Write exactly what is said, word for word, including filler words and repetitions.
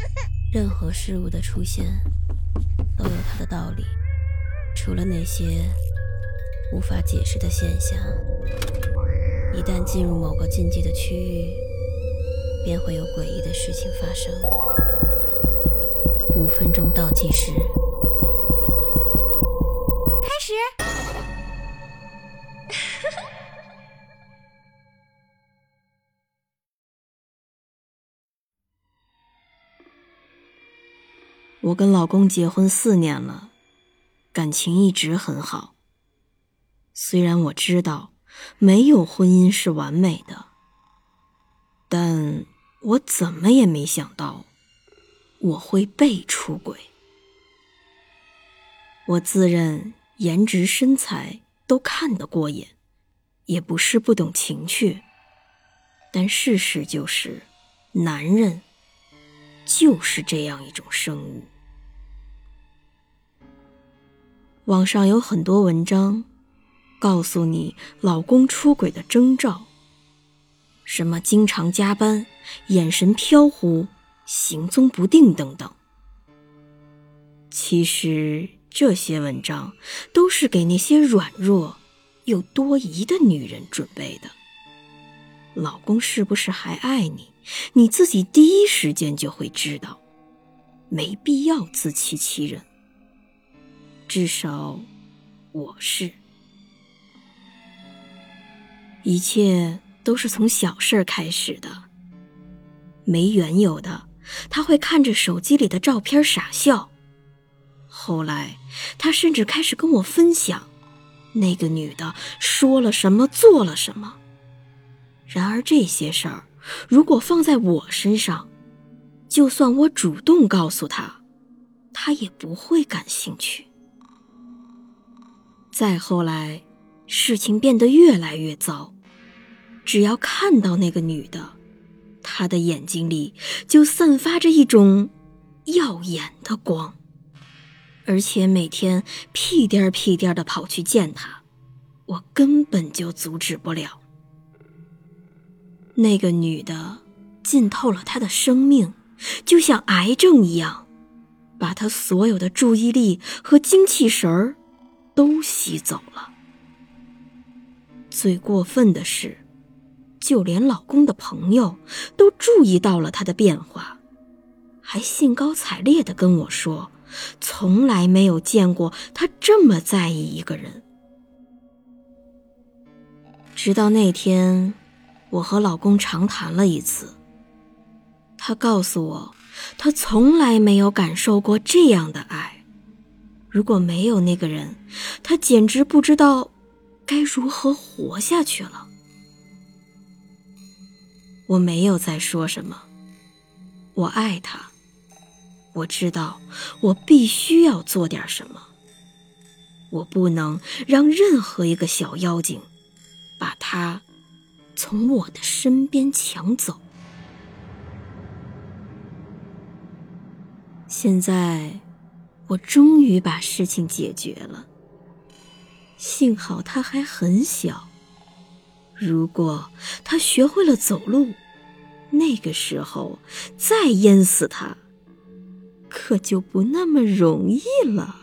任何事物的出现都有它的道理，除了那些无法解释的现象，一旦进入某个禁忌的区域，便会有诡异的事情发生。五分钟倒计时，开始。 我跟老公结婚四年了，感情一直很好。虽然我知道没有婚姻是完美的，但我怎么也没想到我会被出轨。我自认颜值身材都看得过眼，也不是不懂情趣，但事实就是男人就是这样一种生物。网上有很多文章告诉你老公出轨的征兆，什么经常加班、眼神飘忽、行踪不定等等。其实这些文章都是给那些软弱又多疑的女人准备的。老公是不是还爱你，你自己第一时间就会知道，没必要自欺欺人。至少我是。一切都是从小事开始的。没缘由的，他会看着手机里的照片傻笑。后来他甚至开始跟我分享那个女的说了什么做了什么。然而这些事儿如果放在我身上，就算我主动告诉他，他也不会感兴趣。再后来事情变得越来越糟，只要看到那个女的，他的眼睛里就散发着一种耀眼的光，而且每天屁颠屁颠地跑去见她，我根本就阻止不了。那个女的浸透了他的生命，就像癌症一样，把他所有的注意力和精气神儿都吸走了。最过分的是，就连老公的朋友都注意到了他的变化，还兴高采烈地跟我说，从来没有见过他这么在意一个人。直到那天，我和老公长谈了一次，他告诉我，他从来没有感受过这样的爱。如果没有那个人，他简直不知道该如何活下去了。我没有再说什么，我爱他，我知道我必须要做点什么，我不能让任何一个小妖精把他从我的身边抢走。现在我终于把事情解决了，幸好他还很小，如果他学会了走路，那个时候再淹死他，可就不那么容易了。